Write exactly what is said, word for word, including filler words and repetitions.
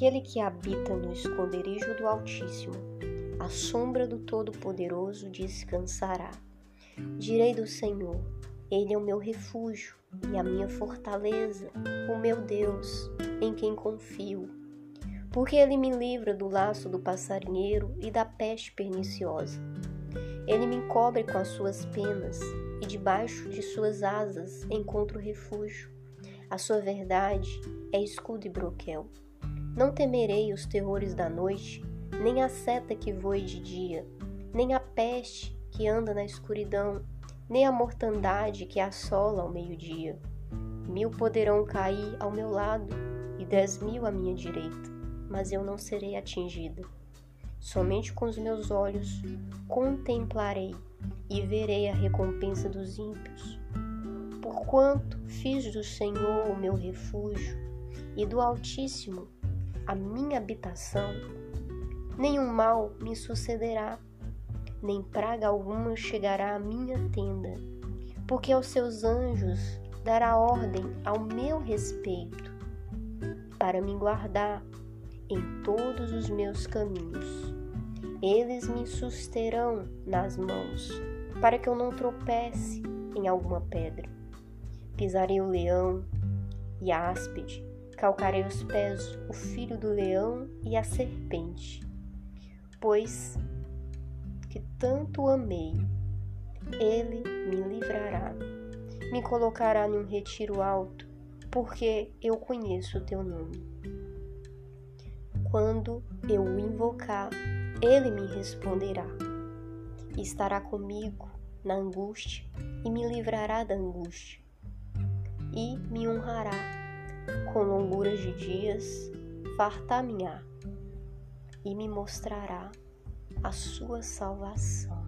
Aquele que habita no esconderijo do Altíssimo, à sombra do Todo-Poderoso descansará. Direi do Senhor, Ele é o meu refúgio e a minha fortaleza, o meu Deus, em quem confio. Porque Ele me livra do laço do passarinheiro e da peste perniciosa. Ele me cobre com as suas penas e debaixo de suas asas encontro refúgio. A sua verdade é escudo e broquel. Não temerei os terrores da noite, nem a seta que voe de dia, nem a peste que anda na escuridão, nem a mortandade que assola ao meio-dia. Mil poderão cair ao meu lado e dez mil à minha direita, mas eu não serei atingida. Somente com os meus olhos contemplarei e verei a recompensa dos ímpios. Porquanto fiz do Senhor o meu refúgio e do Altíssimo a minha habitação, nenhum mal me sucederá, nem praga alguma chegará à minha tenda, porque aos seus anjos dará ordem ao meu respeito, para me guardar em todos os meus caminhos. Eles me susterão nas mãos, para que eu não tropece em alguma pedra. Pisarei o leão e a áspide, calcarei os pés o filho do leão e a serpente. Pois que tanto amei, ele me livrará, me colocará num retiro alto, porque eu conheço o teu nome. Quando eu o invocar, ele me responderá. Estará comigo na angústia e me livrará da angústia. E me honrará com longuras de dias, fartar-me-á e me mostrará a sua salvação.